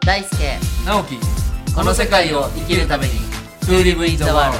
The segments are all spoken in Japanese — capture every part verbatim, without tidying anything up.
大輔直樹、 この世界を生きるために To live in the world。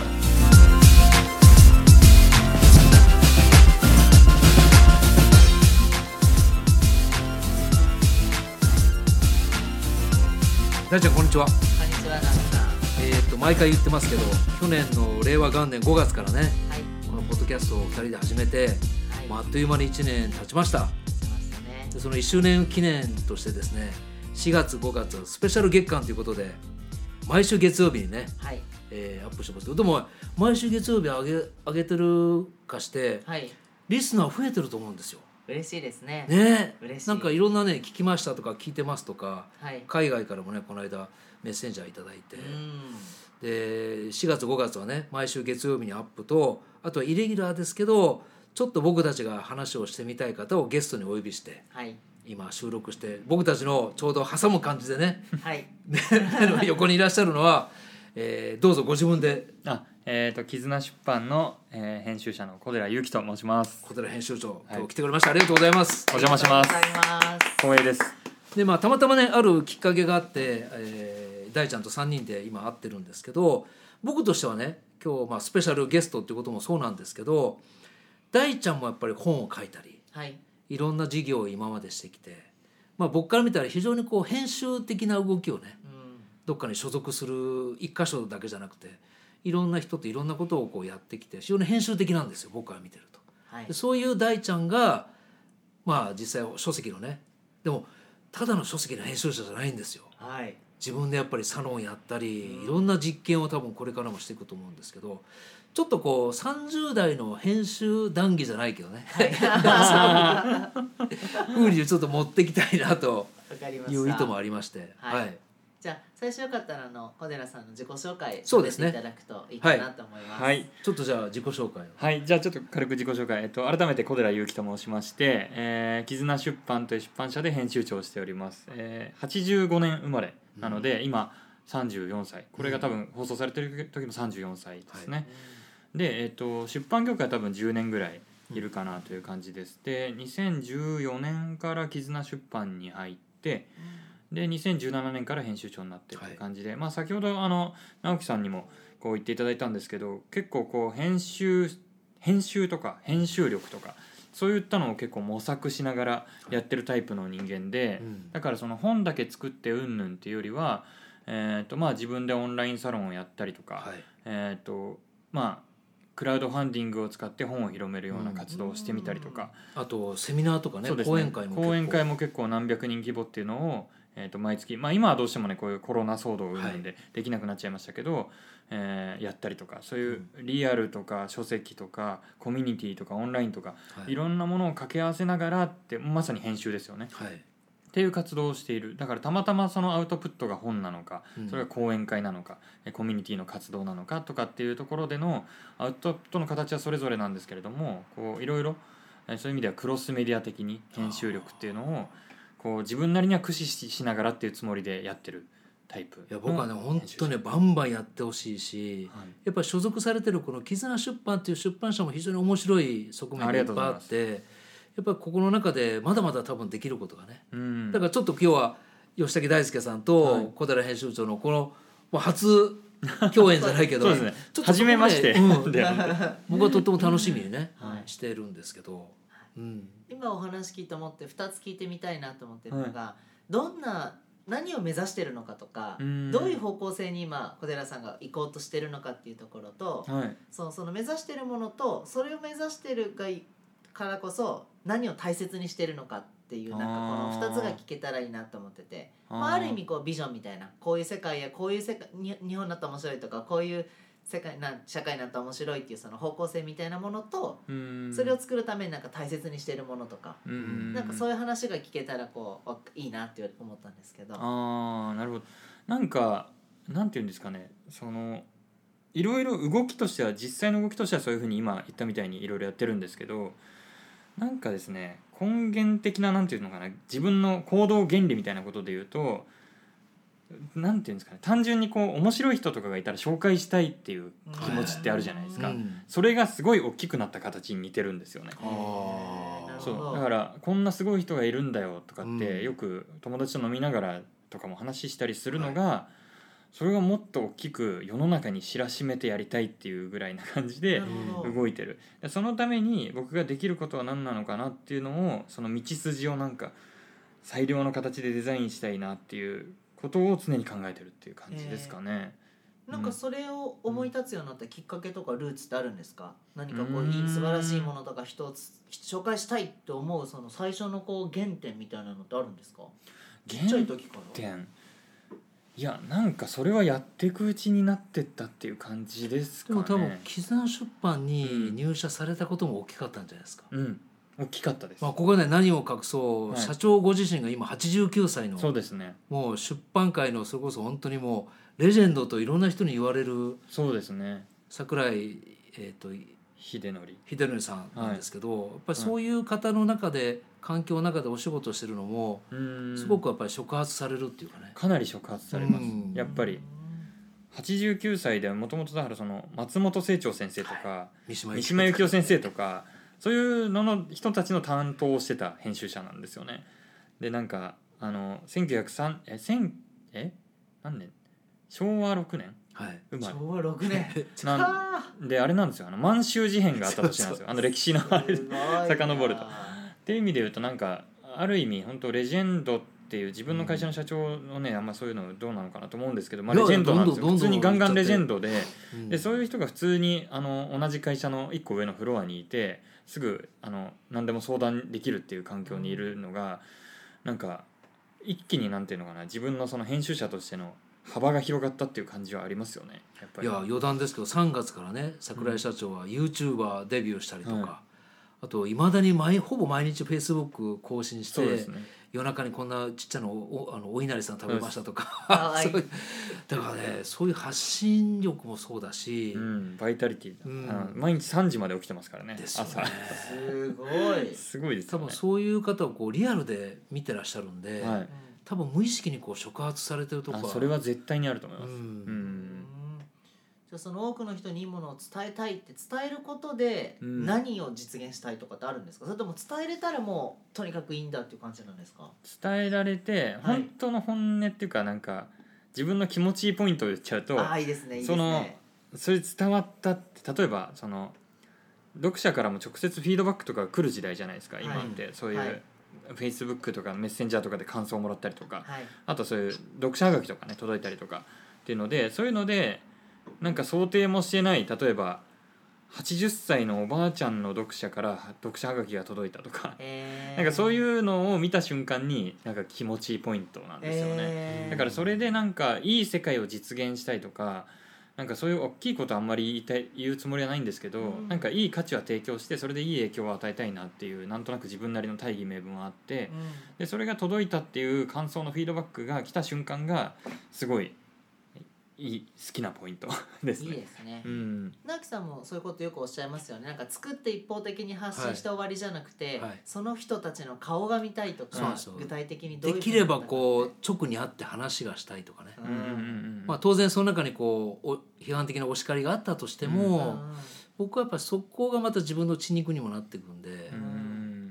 大ちゃんこんにちは。 こんにちは。なんかえー、っと毎回言ってますけど、去年の令和元年ごがつからね、 はい、 このポッドキャストをふたりで始めて、 はい、 まあ、あっという間にいちねん経ちました。 しましたね。 でそのいっしゅうねん記念としてですね、しがつごがつスペシャル月間ということで毎週月曜日にね、はい、えー、アップしてますけど、でも毎週月曜日上げ、上げてるかして、はい、リスナー増えてると思うんですよ。 嬉しいですね。 ね、 嬉しい。 なんかいろんなね、聞きましたとか聞いてますとか、 はい、 海外からもねこの間メッセンジャーいただいて、うんでしがつごがつはね毎週月曜日にアップと、あとはイレギュラーですけどちょっと僕たちが話をしてみたい方をゲストにお呼びして、はい、今収録して僕たちのちょうど挟む感じでね、はい、横にいらっしゃるのは、えー、どうぞご自分で。 あ、えー、と絆出版の、えー、編集者の小寺祐樹と申します。 小寺編集長、今日来てくれました、はい、ありがとうございます。 お邪魔します。光栄です。 で、まあ、たまたまねあるきっかけがあって、えー、大ちゃんとさんにんで今会ってるんですけど、僕としてはね今日、まあ、スペシャルゲストっていうこともそうなんですけど、大ちゃんもやっぱり本を書いたり、はい、いろんな事業を今までしてきて、まあ、僕から見たら非常にこう編集的な動きをね、うん、どっかに所属する一箇所だけじゃなくていろんな人といろんなことをこうやってきて非常に編集的なんですよ、僕から見てると、はい、でそういう大ちゃんがまあ実際書籍のね、でもただの書籍の編集者じゃないんですよ、はい、自分でやっぱりサロンやったり、うん、いろんな実験を多分これからもしていくと思うんですけど、ちょっとこうさんじゅう代の編集談義じゃないけどね、はい、ふうにちょっと持ってきたいなという意図もありまして、 はいはい、じゃあ最初よかったらあの小寺さんの自己紹介させていただくといいかなと思います。 はい、 ちょっとじゃあ自己紹介を。 はい、じゃあちょっと軽く自己紹介、えっと、改めて小寺祐樹と申しまして、えー、絆出版という出版社で編集長をしております。えー、はちじゅうごねん生まれなので、うん、今さんじゅうよんさい、これが多分放送されてる時もさんじゅうよんさいですね、はい、で、えー、と出版業界は多分じゅうねんぐらいいるかなという感じです。でにせんじゅうよねんから絆出版に入って、でにせんじゅうななねんから編集長になってという感じで、はい、まあ、先ほどあの直樹さんにもこう言っていただいたんですけど、結構こう編集編集とか編集力とかそういったのを結構模索しながらやってるタイプの人間で、はい、うん、だからその本だけ作ってうんぬんっていうよりは、えーとまあ、自分でオンラインサロンをやったりとか、はい、えーとまあクラウドファンディングを使って本を広めるような活動をしてみたりとか、 うん、あとセミナーとかね、講演会も講演会も結構何百人規模っていうのを、えー、と毎月、まあ、今はどうしてもねこういうコロナ騒動を生んでできなくなっちゃいましたけど、はい、えー、やったりとか、そういうリアルとか書籍とかコミュニティとかオンラインとか、はい、いろんなものを掛け合わせながらって、まさに編集ですよね、はい、っていう活動をしている。だからたまたまそのアウトプットが本なのか、それが講演会なのか、うん、コミュニティの活動なのかとかっていうところでのアウトプットの形はそれぞれなんですけれども、こういろいろそういう意味ではクロスメディア的に編集力っていうのをこう自分なりには駆使しながらっていうつもりでやってるタイプ。 いや僕はね本当ねバンバンやってほしいし、はい、やっぱり所属されてるこの絆出版っていう出版社も非常に面白い側面がいっぱいあって、やっぱりここの中でまだまだ多分できることがね、うん、だからちょっと今日は吉武大輔さんと小寺編集長のこの、まあ、初共演じゃないけどそうですね、ちょっと初めまして、うん、 僕はとっても楽しみにね、はい、してるんですけど、 うん、今お話聞いて思ってふたつ聞いてみたいなと思ってるのが、はい、どんな何を目指してるのかとか、どういう方向性に今小寺さんが行こうとしてるのかっていうところと、はい、そうその目指してるものとそれを目指してるがからこそ何を大切にしてるのかっていう、なんかこのふたつが聞けたらいいなと思ってて、あ,、まあ、ある意味こうビジョンみたいな、こういう世界やこういう世界に日本になったら面白いとか、こういう世界な社会になったら面白いっていうその方向性みたいなものと、それを作るためになんか大切にしてるものとか、なんかそういう話が聞けたらこういいなって思ったんですけど。 ああ、なるほど。なんかなんていうんですかね、そのいろいろ動きとしては実際の動きとしてはそういうふうに今言ったみたいにいろいろやってるんですけど、なんかですね根源的ななんていうのかな、自分の行動原理みたいなことで言うと、なんていうんですかね、単純にこう面白い人とかがいたら紹介したいっていう気持ちってあるじゃないですか、うん、それがすごい大きくなった形に似てるんですよね。あ、そうだからこんなすごい人がいるんだよとかって、よく友達と飲みながらとかも話したりするのが、はい、それがもっと大きく世の中に知らしめてやりたいっていうぐらいな感じで動いてる。そのために僕ができることは何なのかなっていうのを、その道筋をなんか最良の形でデザインしたいなっていうことを常に考えてるっていう感じですかね。 なんかそれを思い立つようになったきっかけとかルーツってあるんですか？何かこういい素晴らしいものとか人を紹介したいって思うその最初のこう原点みたいなのってあるんですか？ちっちゃい時から。 原点、いやなんかそれはやっていくうちになってったっていう感じですかね。 でも多分絆出版に入社されたことも大きかったんじゃないですか。 うん、大きかったです。 まあ、ここで何を隠そう、はい、社長ご自身が今はちじゅうきゅうさいの、 そうですね、 もう出版界のそれこそ本当にもうレジェンドといろんな人に言われる、 そうですね、 櫻井、えー、と秀則秀則さんなんですけど、はい、やっぱりそういう方の中で、環境の中でお仕事してるのもすごくやっぱり触発されるっていうかね。 かなり触発されます。やっぱりはちじゅうきゅうさいでもともとだからその松本清張先生とか、はい、三島由紀夫先生とかそういうのの人たちの担当をしてた編集者なんですよね。でなんかあのせんきゅうひゃくさんえ千え何年しょうわろくねん、 はい、 生まれしょうわろくねんなんであれなんですよ、あの満州事変があった年なんですよ。あの歴史のあれ遡るとっていう意味で言うと、なんかある意味本当レジェンドっていう自分の会社の社長のね、あんまそういうのどうなのかなと思うんですけど、まあ、レジェンドなんですよ。普通にガンガンレジェンドで、うん、でそういう人が普通にあの同じ会社のいっこ上のフロアにいて、すぐあの何でも相談できるっていう環境にいるのが、なんか一気になんていうのかな、自分のその編集者としての幅が広がったっていう感じはありますよね。やっぱりいや余談ですけどさんがつからね、櫻井社長は YouTuber デビューしたりとか、うん、あといまだに毎ほぼ毎日 Facebook 更新して、そうですね、夜中にこんなちっちゃな お, お, あのお稲荷さん食べましたとかそうだからね、そういう発信力もそうだし、 うん、バイタリティ、うん、毎日さんじまで起きてますからね。 ですよね。 朝すごいすごいですよね。 多分そういう方をこうリアルで見てらっしゃるんで、はい、多分無意識にこう触発されてるところはそれは絶対にあると思います。うん、 うんじゃあその多くの人にいいものを伝えたいって伝えることで何を実現したいとかってあるんですか？それとも伝えれたらもうとにかくいいんだっていう感じなんですか？ 伝えられて本当の本音っていうか、なんか自分の気持ちいいポイントを言っちゃうと、 ああいいですねいいですね。 そのそれ伝わったって、例えばその読者からも直接フィードバックとか来る時代じゃないですか今って、はい、そういう、はい、Facebook とかメッセンジャーとかで感想をもらったりとか、はい、あとそういう読者はがきとかね届いたりとかっていうので、そういうのでなんか想定もしてない、例えばはちじゅっさいのおばあちゃんの読者から読者はがきが届いたとか、えー、なんかそういうのを見た瞬間になんか気持ちいいポイントなんですよね、えー、だからそれでなんかいい世界を実現したいとか、なんかそういう大きいことあんまり言いたい言うつもりはないんですけど、うん、なんかいい価値は提供してそれでいい影響を与えたいなっていう、なんとなく自分なりの大義名分はあって、うん、でそれが届いたっていう感想のフィードバックが来た瞬間がすごいいい好きなポイントですね。 いいですね、 うん、 直樹さんもそういうことよくおっしゃいますよね。なんか作って一方的に発信して終わりじゃなくて、はい、その人たちの顔が見たいとか、はい、具体的にどういうできればこう直に会って話がしたいとかね、うんうんうん、まあ、当然その中にこう批判的なお叱りがあったとしても、うん、僕はやっぱりそこがまた自分の血肉にもなっていくんで、うん、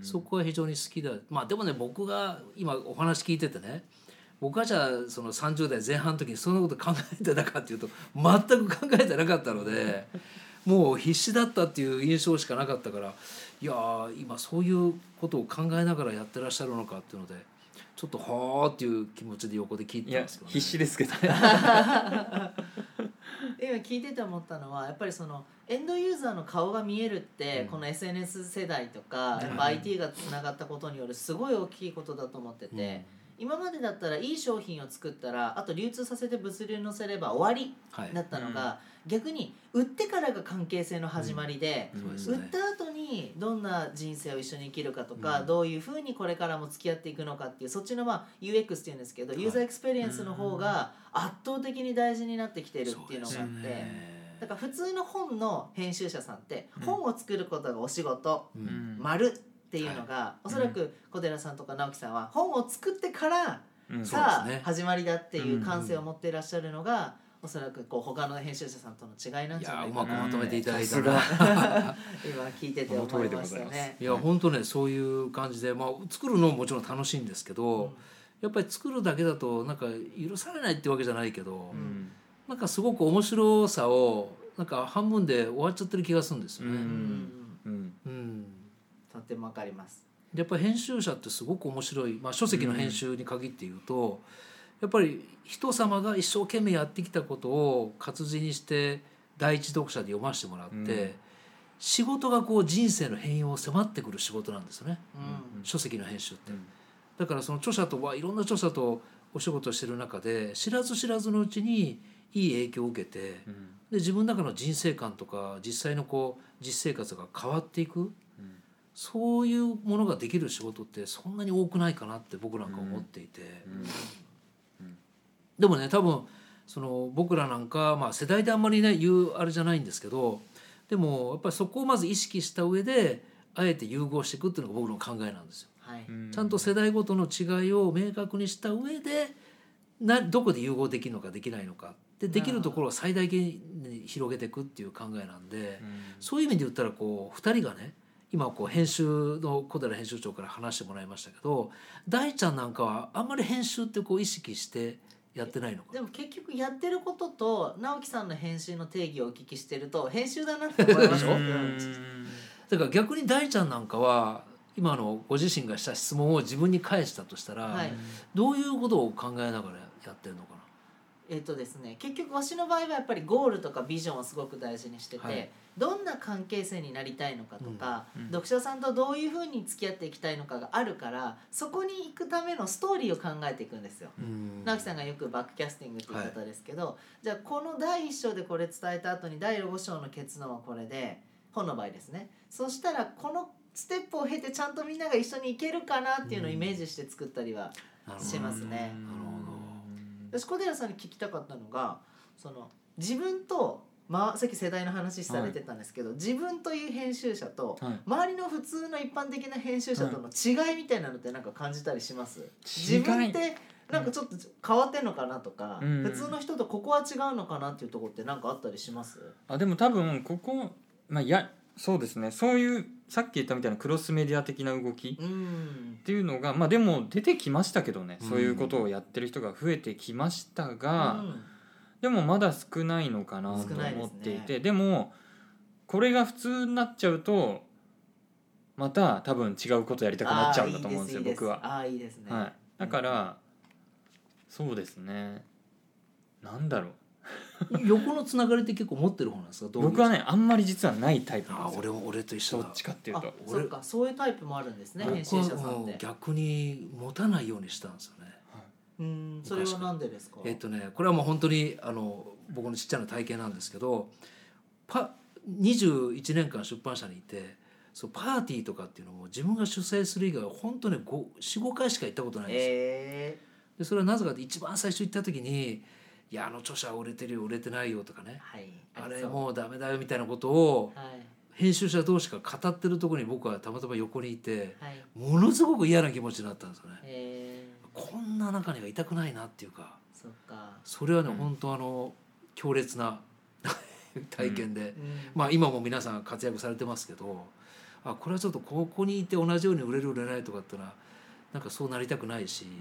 そこは非常に好きだ。まあでもね、僕が今お話聞いててね、僕はじゃあそのさんじゅうだいぜん半の時にそんなこと考えてたかっていうと全く考えてなかったので、もう必死だったっていう印象しかなかったから、いや今そういうことを考えながらやってらっしゃるのかっていうので、ちょっとはーっていう気持ちで横で聞いてますけどね。 いや必死ですけど今聞いてて思ったのは、やっぱりそのエンドユーザーの顔が見えるって、うん、この エスエヌエス 世代とか、やっぱ アイティー がつながったことによるすごい大きいことだと思ってて、うん、今までだったらいい商品を作ったらあと流通させて物流に乗せれば終わりだったのが、はい、逆に売ってからが関係性の始まりで、うん、売った後にどんな人生を一緒に生きるかとか、うん、どういうふうにこれからも付き合っていくのかっていう、そっちのまあ ユーエックス っていうんですけど、ユーザーエクスペリエンスの方が圧倒的に大事になってきてるっていうのがあって、だから普通の本の編集者さんって本を作ることがお仕事、うん、丸っていうのが、はい、おそらく小寺さんとか直樹さんは本を作ってから、うん、さあ、ね、始まりだっていう感性を持っていらっしゃるのが、うんうん、おそらくこう他の編集者さんとの違いなんじゃないかな。 いやうまくまとめていただいたな今聞いてて思いましたね。 いや本当ね、そういう感じで、まあ、作るのももちろん楽しいんですけど、うん、 やっぱり作るだけだとなんか許されないってわけじゃないけど、 うん、 なんかすごく面白さをなんか半分で終わっちゃってる気がするんですよね。 うんうんうん、 とてもわかります。 やっぱり編集者ってすごく面白い、まあ、書籍の編集に限って言うと、やっぱり人様が一生懸命やってきたことを活字にして第一読者で読ませてもらって、うん、仕事がこう人生の変容を迫ってくる仕事なんですよね、うん、書籍の編集って、うん、だからその著者とはいろんな著者とお仕事をしてる中で知らず知らずのうちにいい影響を受けて、うん、で自分の中の人生観とか実際のこう実生活が変わっていく、うん、そういうものができる仕事ってそんなに多くないかなって僕なんか思っていて、うんうんうん、でもね多分その僕らなんか、まあ、世代であんまりね言うあれじゃないんですけど、でもやっぱりそこをまず意識した上であえて融合していくっていうのが僕の考えなんですよ、はい、ちゃんと世代ごとの違いを明確にした上でなどこで融合できるのかできないのかでできるところを最大限に広げていくっていう考えなんで、うん、そういう意味で言ったらこうふたりがね今こう編集の小寺編集長から話してもらいましたけど、大ちゃんなんかはあんまり編集ってこう意識してやってないのか。 でも結局やってることと直樹さんの編集の定義をお聞きしてると編集だなって思いますよだから逆に大ちゃんなんかは今のご自身がした質問を自分に返したとしたら、はい、どういうことを考えながらやってるのかな。 えーとですね、結局わしの場合はやっぱりゴールとかビジョンをすごく大事にしてて、はい、どんな関係性になりたいのかとか、うんうん、読者さんとどういうふうに付き合っていきたいのかがあるからそこに行くためのストーリーを考えていくんですよ。直樹さんがよくバックキャスティングって言い方ですけど、はい、じゃあこのだいいっ章でこれ伝えた後にだいご章の結論はこれで本の場合ですね。そしたらこのステップを経てちゃんとみんなが一緒に行けるかなっていうのをイメージして作ったりはしますね。私小寺さんに聞きたかったのがその自分と、まあ、さっき世代の話されてたんですけど、はい、自分という編集者と、はい、周りの普通の一般的な編集者との違いみたいなのってなんか感じたりします？自分ってなんかちょっと変わってんのかなとか、うん、普通の人とここは違うのかなっていうところってなんかあったりします？ あでも多分ここ、まあ、いやそうですね、そういうさっき言ったみたいなクロスメディア的な動きっていうのが、まあ、でも出てきましたけどね、そういうことをやってる人が増えてきましたが、うん、でもまだ少ないのかなと思っていて、で, でもこれが普通になっちゃうとまた多分違うことやりたくなっちゃうんだと思うんですよ、僕は。 あいいですね、 はい、だから、うん、そうですね、なんだろう横のつながりって結構持ってる方なんですか？どういう僕はねあんまり実はないタイプなんですよ。 あ 俺, 俺と一緒だ。 どっちかっていうとそうか、そういうタイプもあるんですね、編集者さんって。 逆に持たないようにしたんですよね、 はい、うんそれはなんでですか？ えっとねこれはもう本当にあの僕のちっちゃな体験なんですけど、パにじゅういちねんかん出版社にいてそうパーティーとかっていうのも自分が主催する以外は本当に よん,ご 回しか行ったことないんですよ、えー、でそれはなぜかって一番最初行った時にいやあの著者は売れてるよ売れてないよとかね、はい、あれもうダメだよみたいなことを編集者同士が語ってるところに僕はたまたま横にいて、はい、ものすごく嫌な気持ちになったんですよね、えー、こんな中にはいたくないなっていうか、 そ, っかそれはね、うん、本当あの強烈な体験で、うんうん、まあ今も皆さん活躍されてますけど、あこれはちょっとここにいて同じように売れる売れないとかってのはなんかそうなりたくないし、うん、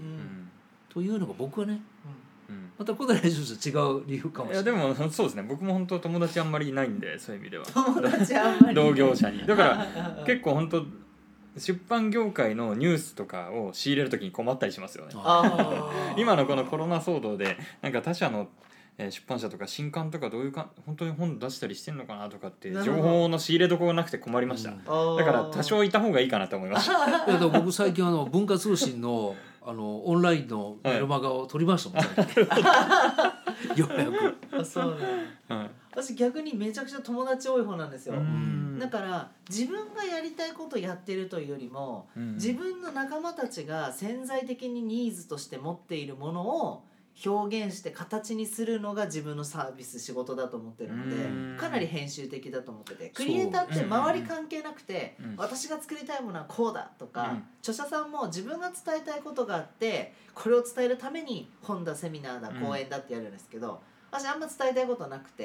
というのが僕はね、うん、また小寺編集者違う理由かもしれない。いやでもそうですね、僕も本当友達あんまりいないんで、そういう意味では友達あんまり同業者にだから結構本当出版業界のニュースとかを仕入れるときに困ったりしますよね。あ今のこのコロナ騒動でなんか他社の出版社とか新刊とかどういうか本当に本出したりしてんのかなとかって情報の仕入れどころがなくて困りました、うん、だから多少いた方がいいかなと思いましたいや僕最近あの文化通信のあのオンラインのメルマガを取りましたもん、はい、ようやくそうね、はい、私逆にめちゃくちゃ友達多い方なんですよ。だから自分がやりたいことをやってるというよりも、自分の仲間たちが潜在的にニーズとして持っているものを表現して形にするのが自分のサービス仕事だと思ってるので、かなり編集的だと思ってて、クリエイターって周り関係なくて、私が作りたいものはこうだとか、著者さんも自分が伝えたいことがあってこれを伝えるために本だセミナーだ講演だってやるんですけど、私あんま伝えたいことなくて、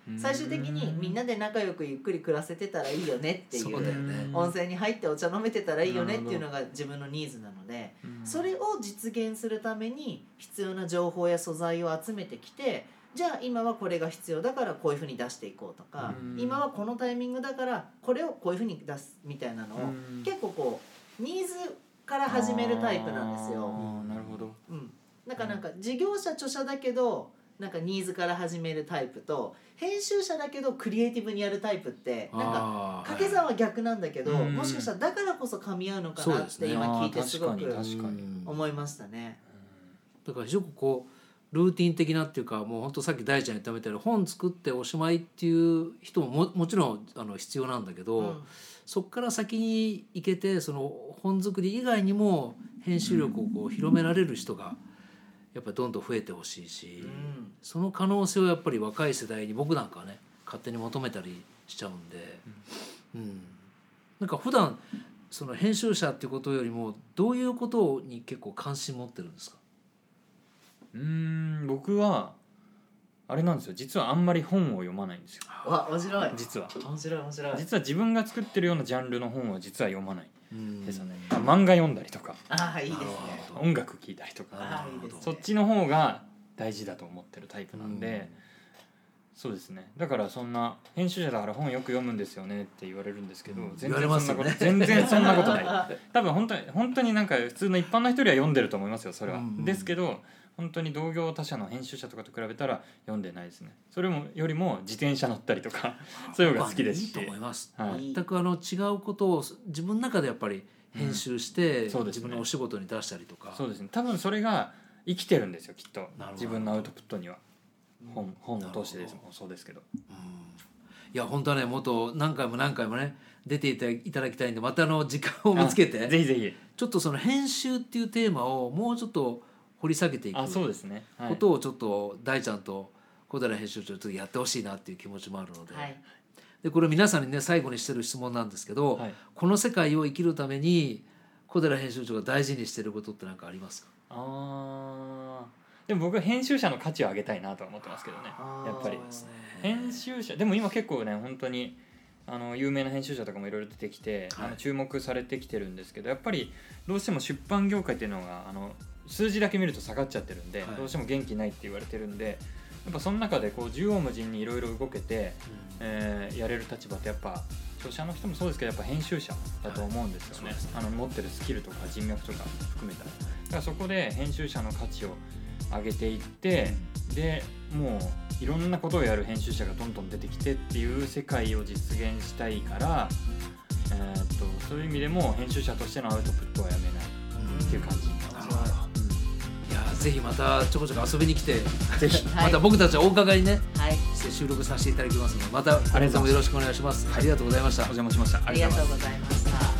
最終的にみんなで仲良くゆっくり暮らせてたらいいよねっていうそうだよね。 温泉に入ってお茶飲めてたらいいよねっていうのが自分のニーズなので、 うんそれを実現するために必要な情報や素材を集めてきて、じゃあ今はこれが必要だからこういうふうに出していこうとか、 うん今はこのタイミングだからこれをこういうふうに出すみたいなのをうん結構こうニーズから始めるタイプなんですよ。 あーなるほど。 うん、なんかなんか事業者著者だけどなんかニーズから始めるタイプと、編集者だけどクリエイティブにやるタイプってなんかあー掛け算は逆なんだけど、 うんもしかしたらだからこそ噛み合うのかなってそうですね今聞いてすごあーく確かに確かにうん思いましたね。 だから非常にこうルーティン的なっていうか、もう本当さっき大ちゃん言ったみたいに本作っておしまいっていう人も も, もちろんあの必要なんだけど、 うんそこから先に行けて、その本作り以外にも編集力をこう広められる人がやっぱりどんどん増えてほしいし、 うんその可能性をやっぱり若い世代に僕なんかはね勝手に求めたりしちゃうんで、うん、なんか普段その編集者っていうことよりもどういうことに結構関心持ってるんですか？ うーん僕はあれなんですよ、実はあんまり本を読まないんですよ。 わ面白い実は面白い面白い。 実は自分が作ってるようなジャンルの本は実は読まないうんですよね。漫画読んだりとかああいいですね。 音楽聴いたりとか、 ああいいですね。 そっちの方が大事だと思ってるタイプなんで、そうですね。だからそんな編集者だから本よく読むんですよねって言われるんですけど、 うん全言われ然そんなこと、 ますよね全然そんなことない多分本当に本当になんか普通の一般の人よりは読んでると思いますよ、それは、 うんですけど本当に同業他社の編集者とかと比べたら読んでないですね。それもよりも自転車乗ったりとかそういうのが好きですし、 いいと思います。 はい全くあの違うことを自分の中でやっぱり編集して、 うんそうですね自分のお仕事に出したりとか。 そうですね。多分それが生きてるんですよきっと、 なるほど自分のアウトプットには。本本を通してですもそうですけど、 うんいや本当はねもっと何回も何回もね出ていたいただきたいんで、またあの時間を見つけてぜひぜひ。 ちょっとその編集っていうテーマをもうちょっと掘り下げていくあ、そうですね、はい、 ことをちょっと大ちゃんと小寺編集長とやってほしいなっていう気持ちもあるので、 はいでこれ皆さんにね最後にしてる質問なんですけど、 はい、 この世界を生きるために小寺編集長が大事にしてることって何かありますか？ あーでも僕は編集者の価値を上げたいなとは思ってますけどね。 あーやっぱりそうですね編集者でも今結構ね本当にあの有名な編集者とかもいろいろ出てきて、 はいあの注目されてきてるんですけど、やっぱりどうしても出版業界っていうのがあの数字だけ見ると下がっちゃってるんで、 はいどうしても元気ないって言われてるんで、やっぱその中でこう縦横無尽にいろいろ動けて、えーやれる立場ってやっぱ著者の人もそうですけどやっぱ編集者だと思うんですよね、 はいそうですねあの持ってるスキルとか人脈とか含めたら。だからそこで編集者の価値を上げていって、でもういろんなことをやる編集者がどんどん出てきてっていう世界を実現したいから、えーっとそういう意味でも編集者としてのアウトプットはやめないっていう感じ。 なるほど。いやぜひまたちょこちょこ遊びに来てぜひはいまた僕たちはお伺いねはいして収録させていただきますので、またありがとうございます今後ともよろしくお願いします。ありがとうございました。 お邪魔しました。 ありがとうございました。